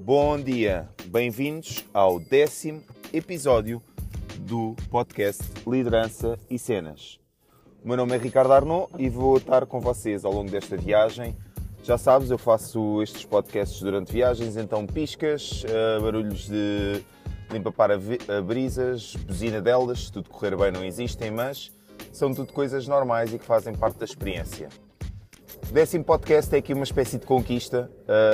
Bom dia, bem-vindos ao 10º episódio do podcast Liderança e Cenas. O meu nome é Ricardo Arnaud e vou estar com vocês ao longo desta viagem. Já sabes, eu faço estes podcasts durante viagens, então piscas, barulhos de limpa-para-brisas, buzina delas, se tudo correr bem não existem, mas são tudo coisas normais e que fazem parte da experiência. O 10º podcast é aqui uma espécie de conquista.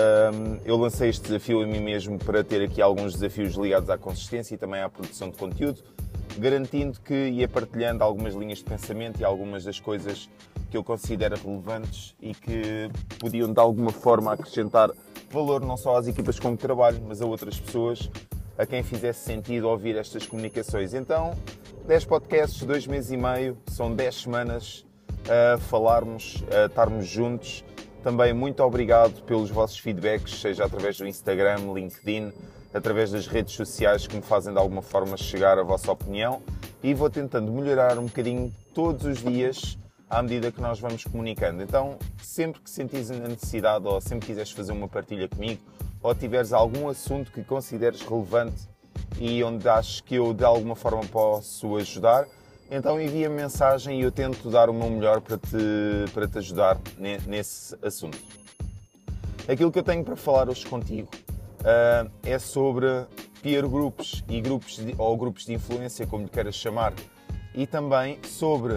Eu lancei este desafio a mim mesmo para ter aqui alguns desafios ligados à consistência e também à produção de conteúdo, garantindo que ia partilhando algumas linhas de pensamento e algumas das coisas que eu considero relevantes e que podiam de alguma forma acrescentar valor não só às equipas com que trabalho, mas a outras pessoas a quem fizesse sentido ouvir estas comunicações. Então, 10 podcasts, 2 meses e meio, são 10 semanas a falarmos, a estarmos juntos. Também muito obrigado pelos vossos feedbacks, seja através do Instagram, LinkedIn, através das redes sociais que me fazem de alguma forma chegar a vossa opinião, e vou tentando melhorar um bocadinho todos os dias à medida que nós vamos comunicando. Então, sempre que sentires a necessidade ou sempre quiseres fazer uma partilha comigo ou tiveres algum assunto que consideres relevante e onde achas que eu de alguma forma posso ajudar, então envia-me mensagem e eu tento dar o meu melhor para te ajudar nesse assunto. Aquilo que eu tenho para falar hoje contigo é sobre peer groups e grupos de influência, como lhe queiras chamar, e também sobre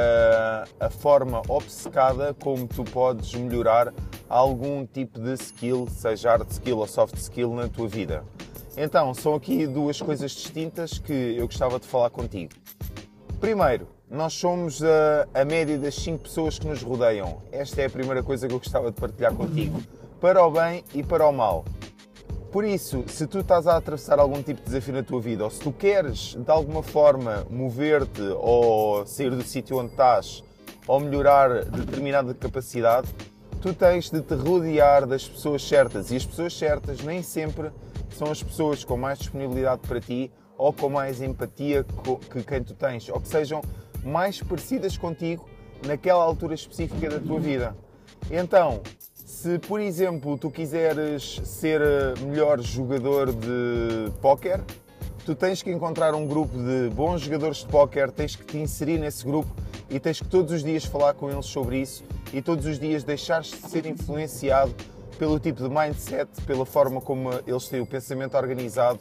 a forma obcecada como tu podes melhorar algum tipo de skill, seja hard skill ou soft skill, na tua vida. Então, são aqui duas coisas distintas que eu gostava de falar contigo. Primeiro, nós somos a média das 5 pessoas que nos rodeiam. Esta é a primeira coisa que eu gostava de partilhar contigo, para o bem e para o mal. Por isso, se tu estás a atravessar algum tipo de desafio na tua vida, ou se tu queres de alguma forma mover-te ou sair do sítio onde estás, ou melhorar determinada capacidade, tu tens de te rodear das pessoas certas. E as pessoas certas nem sempre são as pessoas com mais disponibilidade para ti, ou com mais empatia que quem tu tens, ou que sejam mais parecidas contigo naquela altura específica da tua vida. Então, se por exemplo tu quiseres ser melhor jogador de póquer, tu tens que encontrar um grupo de bons jogadores de póquer, tens que te inserir nesse grupo e tens que todos os dias falar com eles sobre isso e todos os dias deixares-te de ser influenciado pelo tipo de mindset, pela forma como eles têm o pensamento organizado,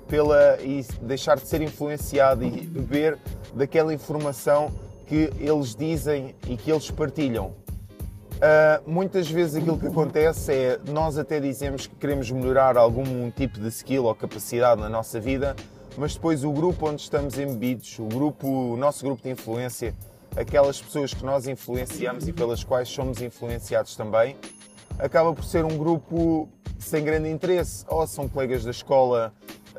e deixar de ser influenciado e beber daquela informação que eles dizem e que eles partilham. Muitas vezes aquilo que acontece é nós até dizemos que queremos melhorar algum tipo de skill ou capacidade na nossa vida, mas depois o grupo onde estamos embebidos, o nosso grupo de influência, aquelas pessoas que nós influenciamos e pelas quais somos influenciados também, acaba por ser um grupo sem grande interesse. Ou são colegas da escola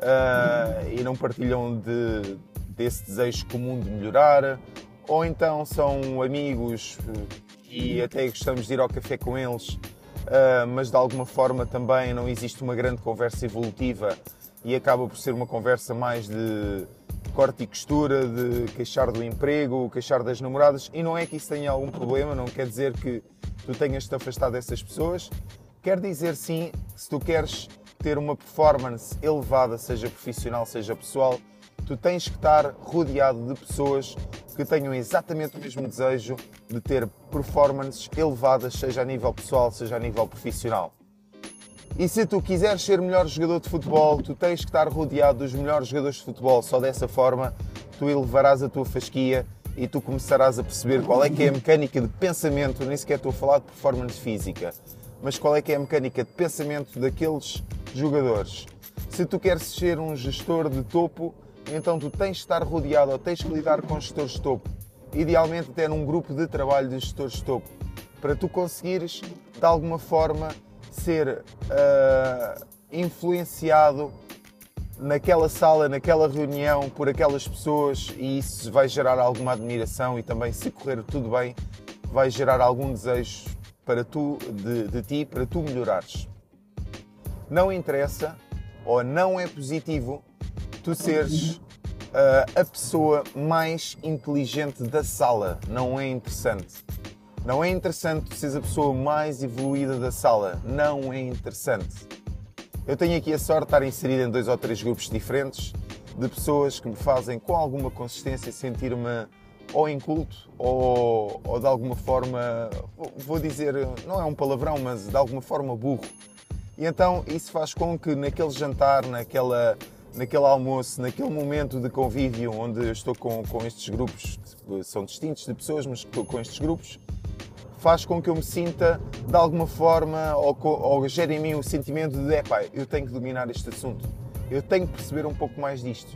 e não partilham desse desejo comum de melhorar, ou então são amigos e até gostamos de ir ao café com eles, mas de alguma forma também não existe uma grande conversa evolutiva e acaba por ser uma conversa mais de corte e costura, de queixar do emprego, queixar das namoradas. E não é que isso tenha algum problema, não quer dizer que tu tenhas de te afastar dessas pessoas. Quer dizer sim, se tu queres ter uma performance elevada, seja profissional, seja pessoal, tu tens que estar rodeado de pessoas que tenham exatamente o mesmo desejo de ter performances elevadas, seja a nível pessoal, seja a nível profissional. E se tu quiseres ser melhor jogador de futebol, tu tens que estar rodeado dos melhores jogadores de futebol. Só dessa forma tu elevarás a tua fasquia e tu começarás a perceber qual é que é a mecânica de pensamento, nem sequer estou a falar de performance física, mas qual é que é a mecânica de pensamento daqueles jogadores. Se tu queres ser um gestor de topo, então tu tens de estar rodeado ou tens que lidar com gestores de topo. Idealmente até num grupo de trabalho de gestores de topo, para tu conseguires de alguma forma ser influenciado naquela sala, naquela reunião por aquelas pessoas, e isso vai gerar alguma admiração e também, se correr tudo bem, vai gerar algum desejo para de ti, para tu melhorares. Não interessa ou não é positivo tu seres a pessoa mais inteligente da sala. Não é interessante. Não é interessante tu seres a pessoa mais evoluída da sala. Não é interessante. Eu tenho aqui a sorte de estar inserido em 2 ou 3 grupos diferentes de pessoas que me fazem com alguma consistência sentir-me ou inculto ou de alguma forma, vou dizer, não é um palavrão, mas de alguma forma burro. E então isso faz com que naquele jantar, naquele almoço, naquele momento de convívio onde eu estou com estes grupos, que são distintos de pessoas, mas estou com estes grupos, faz com que eu me sinta de alguma forma ou gere em mim o sentimento de eu tenho que dominar este assunto, eu tenho que perceber um pouco mais disto,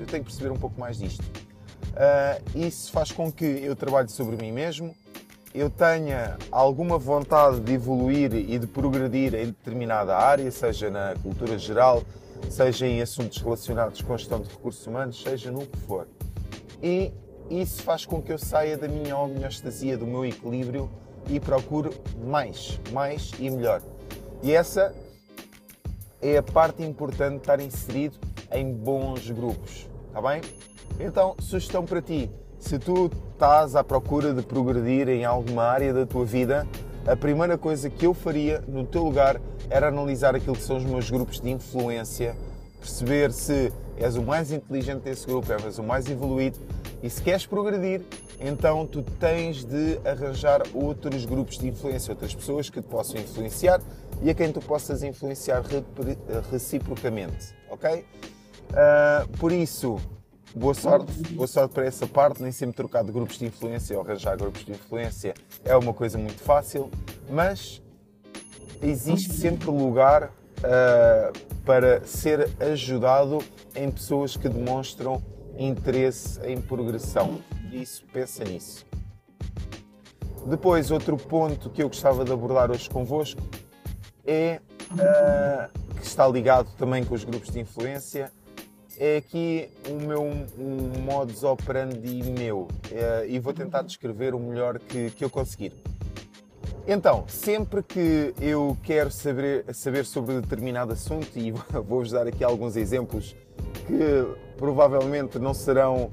Isso faz com que eu trabalhe sobre mim mesmo, eu tenha alguma vontade de evoluir e de progredir em determinada área, seja na cultura geral, seja em assuntos relacionados com a gestão de recursos humanos, seja no que for. E isso faz com que eu saia da minha homeostasia, do meu equilíbrio e procure mais e melhor. E essa é a parte importante de estar inserido em bons grupos, está bem? Então, sugestão para ti, se tu estás à procura de progredir em alguma área da tua vida, a primeira coisa que eu faria no teu lugar era analisar aquilo que são os meus grupos de influência, perceber se és o mais inteligente desse grupo, és o mais evoluído, e se queres progredir, então tu tens de arranjar outros grupos de influência, outras pessoas que te possam influenciar e a quem tu possas influenciar reciprocamente, ok? Por isso, boa sorte para essa parte. Nem sempre trocar de grupos de influência ou arranjar grupos de influência é uma coisa muito fácil, mas existe sempre lugar para ser ajudado em pessoas que demonstram interesse em progressão. Isso, pensa nisso. Depois, outro ponto que eu gostava de abordar hoje convosco é, que está ligado também com os grupos de influência, é aqui um modus operandi meu, e vou tentar descrever o melhor que eu conseguir. Então, sempre que eu quero saber sobre determinado assunto, e vou-vos dar aqui alguns exemplos que provavelmente não serão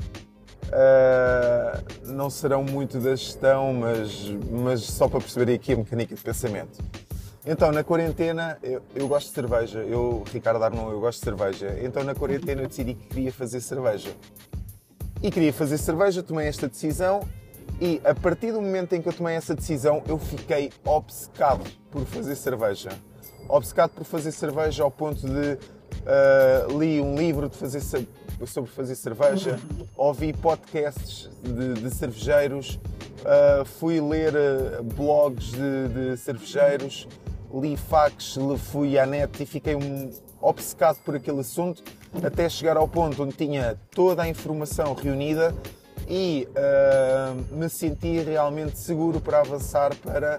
muito da gestão, mas só para perceberem aqui a mecânica de pensamento. Então, na quarentena, eu gosto de cerveja. Ricardo Arnon, eu gosto de cerveja. Então, na quarentena, eu decidi que queria fazer cerveja. E queria fazer cerveja, tomei esta decisão e, a partir do momento em que eu tomei essa decisão, eu fiquei obcecado por fazer cerveja. Obcecado por fazer cerveja ao ponto de li um livro sobre fazer cerveja, ouvi podcasts de cervejeiros, fui ler blogs de cervejeiros, li facts, fui à net e fiquei obcecado por aquele assunto até chegar ao ponto onde tinha toda a informação reunida e me senti realmente seguro para avançar para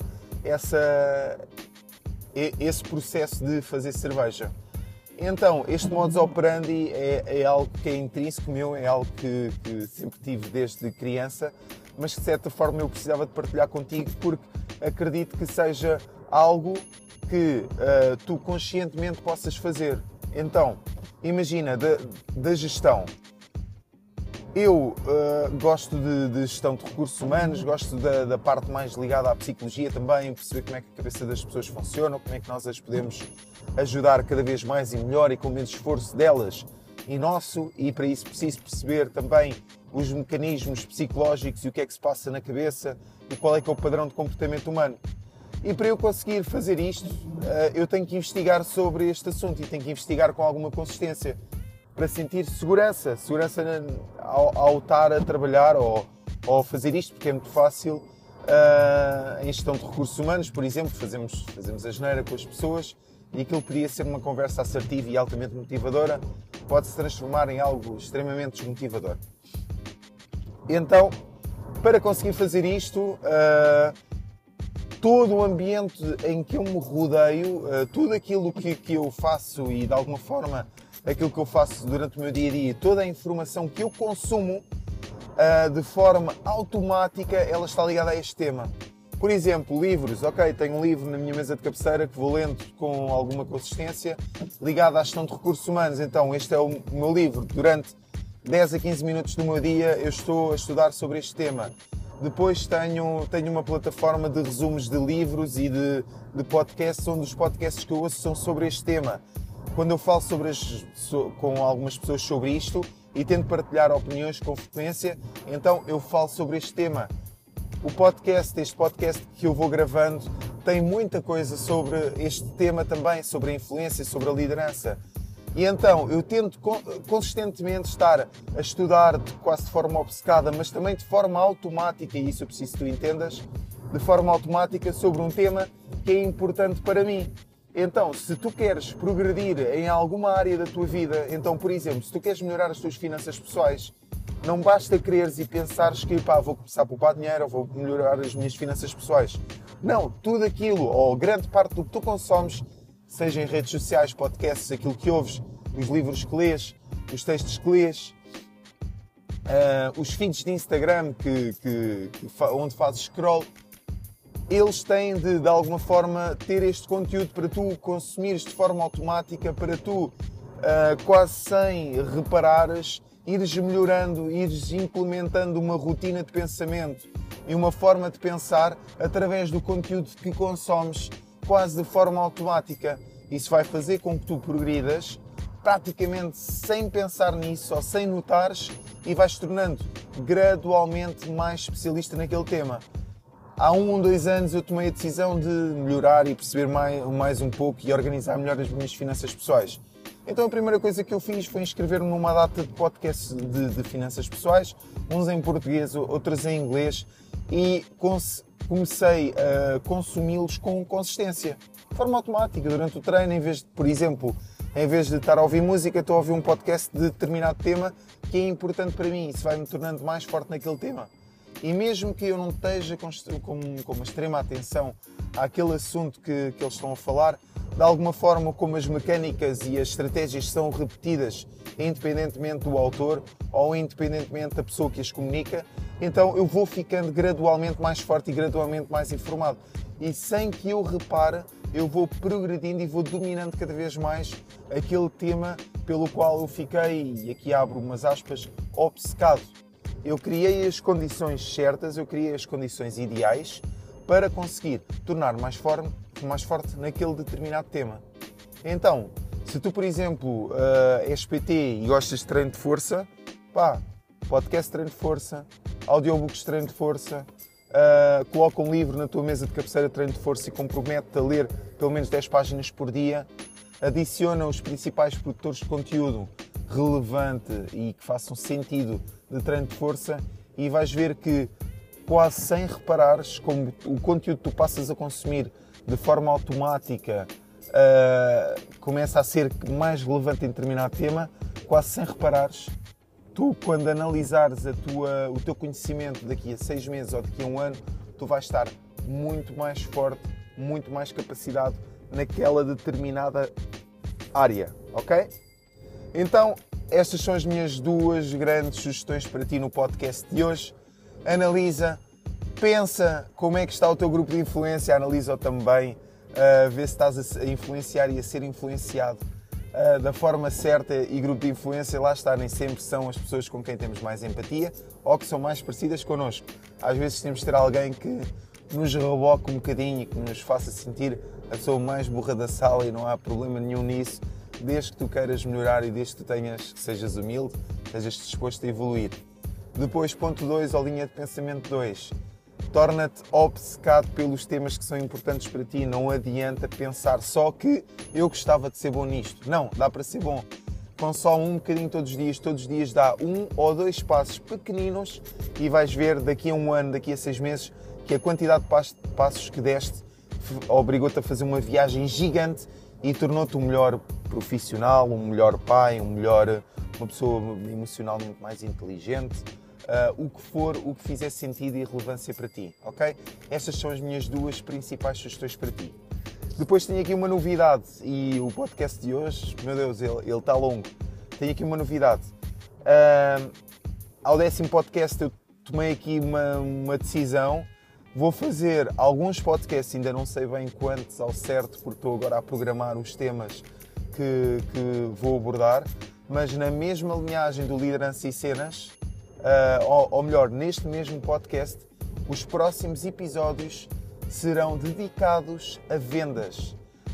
esse processo de fazer cerveja. Então, este modus operandi é algo que é intrínseco meu, é algo que sempre tive desde criança, mas que de certa forma eu precisava de partilhar contigo porque acredito que seja algo que tu conscientemente possas fazer. Então, imagina, da gestão. Eu gosto de gestão de recursos humanos, gosto da parte mais ligada à psicologia também, perceber como é que a cabeça das pessoas funciona, como é que nós as podemos ajudar cada vez mais e melhor e com menos esforço delas e nosso, e para isso preciso perceber também os mecanismos psicológicos e o que é que se passa na cabeça e qual é que é o padrão de comportamento humano. E para eu conseguir fazer isto, eu tenho que investigar sobre este assunto e tenho que investigar com alguma consistência para sentir segurança ao estar a trabalhar ou fazer isto, porque é muito fácil em gestão de recursos humanos, por exemplo, fazemos a geneira com as pessoas e aquilo podia ser uma conversa assertiva e altamente motivadora, pode-se transformar em algo extremamente desmotivador. Então, para conseguir fazer isto, todo o ambiente em que eu me rodeio, tudo aquilo que eu faço e de alguma forma aquilo que eu faço durante o meu dia-a-dia, toda a informação que eu consumo de forma automática, ela está ligada a este tema. Por exemplo, livros. Ok, tenho um livro na minha mesa de cabeceira que vou lendo com alguma consistência, ligado à gestão de recursos humanos. Então, este é o meu livro. Durante 10 a 15 minutos do meu dia, eu estou a estudar sobre este tema. Depois tenho uma plataforma de resumos de livros e de podcasts, onde os podcasts que eu ouço são sobre este tema. quando eu falo com algumas pessoas sobre isto e tento partilhar opiniões com frequência, então eu falo sobre este tema. Este podcast que eu vou gravando tem muita coisa sobre este tema também, sobre a influência, sobre a liderança. E então eu tento consistentemente estar a estudar quase de forma obcecada, mas também de forma automática, e isso eu preciso que tu entendas, de forma automática sobre um tema que é importante para mim. Então, se tu queres progredir em alguma área da tua vida, então, por exemplo, se tu queres melhorar as tuas finanças pessoais, não basta quereres e pensares que vou começar a poupar dinheiro ou vou melhorar as minhas finanças pessoais. Não, tudo aquilo, ou grande parte do que tu consomes, seja em redes sociais, podcasts, aquilo que ouves, os livros que lês, os textos que lês, os feeds de Instagram onde fazes scroll, eles têm de alguma forma ter este conteúdo para tu consumires de forma automática, para tu quase sem reparares, ires melhorando, ires implementando uma rotina de pensamento e uma forma de pensar através do conteúdo que consomes quase de forma automática. Isso vai fazer com que tu progridas praticamente sem pensar nisso ou sem notares e vais tornando gradualmente mais especialista naquele tema. Há 1 ou 2 anos eu tomei a decisão de melhorar e perceber mais um pouco e organizar melhor as minhas finanças pessoais. Então a primeira coisa que eu fiz foi inscrever-me numa data de podcasts de finanças pessoais, uns em português, outros em inglês, e comecei a consumi-los com consistência, de forma automática, durante o treino, em vez de estar a ouvir música, estou a ouvir um podcast de determinado tema que é importante para mim, isso vai-me tornando mais forte naquele tema. E mesmo que eu não esteja com uma extrema atenção àquele assunto que eles estão a falar, de alguma forma, como as mecânicas e as estratégias são repetidas, independentemente do autor ou independentemente da pessoa que as comunica, então eu vou ficando gradualmente mais forte e gradualmente mais informado. E sem que eu repare, eu vou progredindo e vou dominando cada vez mais aquele tema pelo qual eu fiquei, e aqui abro umas aspas, obcecado. Eu criei as condições certas, eu criei as condições ideais para conseguir tornar mais forte naquele determinado tema. Então, se tu, por exemplo, és PT e gostas de treino de força, podcast de treino de força, audiobooks de treino de força, coloca um livro na tua mesa de cabeceira de treino de força e compromete-te a ler pelo menos 10 páginas por dia, adiciona os principais produtores de conteúdo relevante e que façam sentido de treino de força e vais ver que quase sem reparares, como o conteúdo que tu passas a consumir de forma automática começa a ser mais relevante em determinado tema, quase sem reparares, tu quando analisares o teu conhecimento daqui a 6 meses ou daqui a 1 ano, tu vais estar muito mais forte, muito mais capacitado naquela determinada área, ok? Então, estas são as minhas 2 grandes sugestões para ti no podcast de hoje. Analisa, pensa como é que está o teu grupo de influência, analisa-o também, vê se estás a influenciar e a ser influenciado da forma certa. E grupo de influência, lá está, nem sempre são as pessoas com quem temos mais empatia ou que são mais parecidas connosco. Às vezes temos de ter alguém que nos reboque um bocadinho e que nos faça sentir a pessoa mais burra da sala, e não há problema nenhum nisso, desde que tu queiras melhorar e desde que tu sejas humilde, estejas disposto a evoluir. Depois, ponto 2, ou linha de pensamento 2. Torna-te obcecado pelos temas que são importantes para ti. Não adianta pensar só que eu gostava de ser bom nisto. Não, dá para ser bom. Consome um bocadinho todos os dias dá 1 ou 2 passos pequeninos e vais ver daqui a 1 ano, daqui a 6 meses, que a quantidade de passos que deste obrigou-te a fazer uma viagem gigante e tornou-te um melhor profissional, um melhor pai, uma pessoa emocionalmente mais inteligente, o que for, o que fizer sentido e relevância para ti, ok? Estas são as minhas 2 principais sugestões para ti. Depois tenho aqui uma novidade, e o podcast de hoje, meu Deus, ele está longo. Tenho aqui uma novidade. Ao 10º podcast eu tomei aqui uma decisão. Vou fazer alguns podcasts, ainda não sei bem quantos ao certo, porque estou agora a programar os temas que vou abordar, mas na mesma linhagem do Liderança e Cenas, ou melhor, neste mesmo podcast, os próximos episódios serão dedicados a vendas.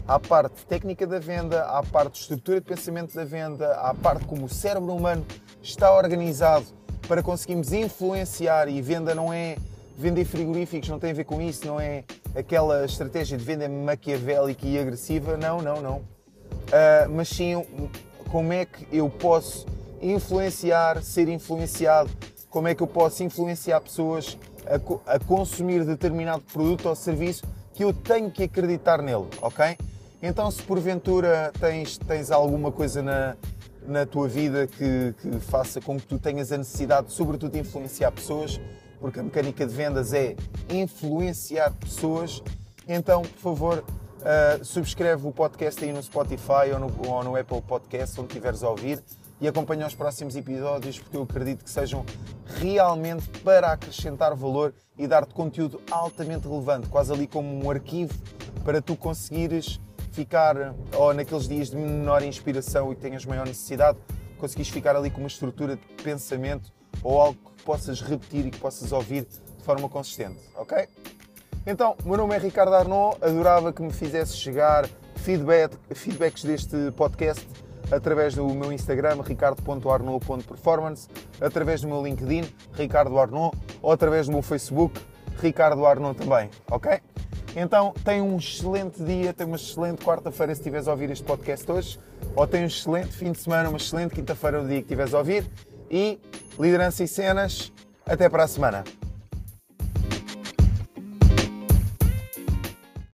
Há a parte técnica da venda, há a parte de estrutura de pensamento da venda, há a parte como o cérebro humano está organizado para conseguirmos influenciar, e venda não é vender frigoríficos, não tem a ver com isso, não é aquela estratégia de venda maquiavélica e agressiva, não. Mas sim como é que eu posso influenciar, ser influenciado, como é que eu posso influenciar pessoas a consumir determinado produto ou serviço que eu tenho que acreditar nele, ok? Então, se porventura tens alguma coisa na tua vida que faça com que tu tenhas a necessidade, sobretudo, de influenciar pessoas, porque a mecânica de vendas é influenciar pessoas, então, por favor, subscreve o podcast aí no Spotify ou no Apple Podcast, onde estiveres a ouvir, e acompanha os próximos episódios, porque eu acredito que sejam realmente para acrescentar valor e dar-te conteúdo altamente relevante, quase ali como um arquivo para tu conseguires ficar, ou naqueles dias de menor inspiração e que tenhas maior necessidade, conseguires ficar ali com uma estrutura de pensamento ou algo que possas repetir e que possas ouvir de forma consistente, ok? Então, o meu nome é Ricardo Arnaud, adorava que me fizesse chegar feedbacks deste podcast através do meu Instagram, ricardo.arnaud.performance, através do meu LinkedIn, Ricardo Arnaud, ou através do meu Facebook, Ricardo Arnaud também, ok? Então, tenha um excelente dia, tenha uma excelente quarta-feira se estiveres a ouvir este podcast hoje, ou tenha um excelente fim de semana, uma excelente quinta-feira no dia que estiveres a ouvir, e liderança e cenas, até para a semana.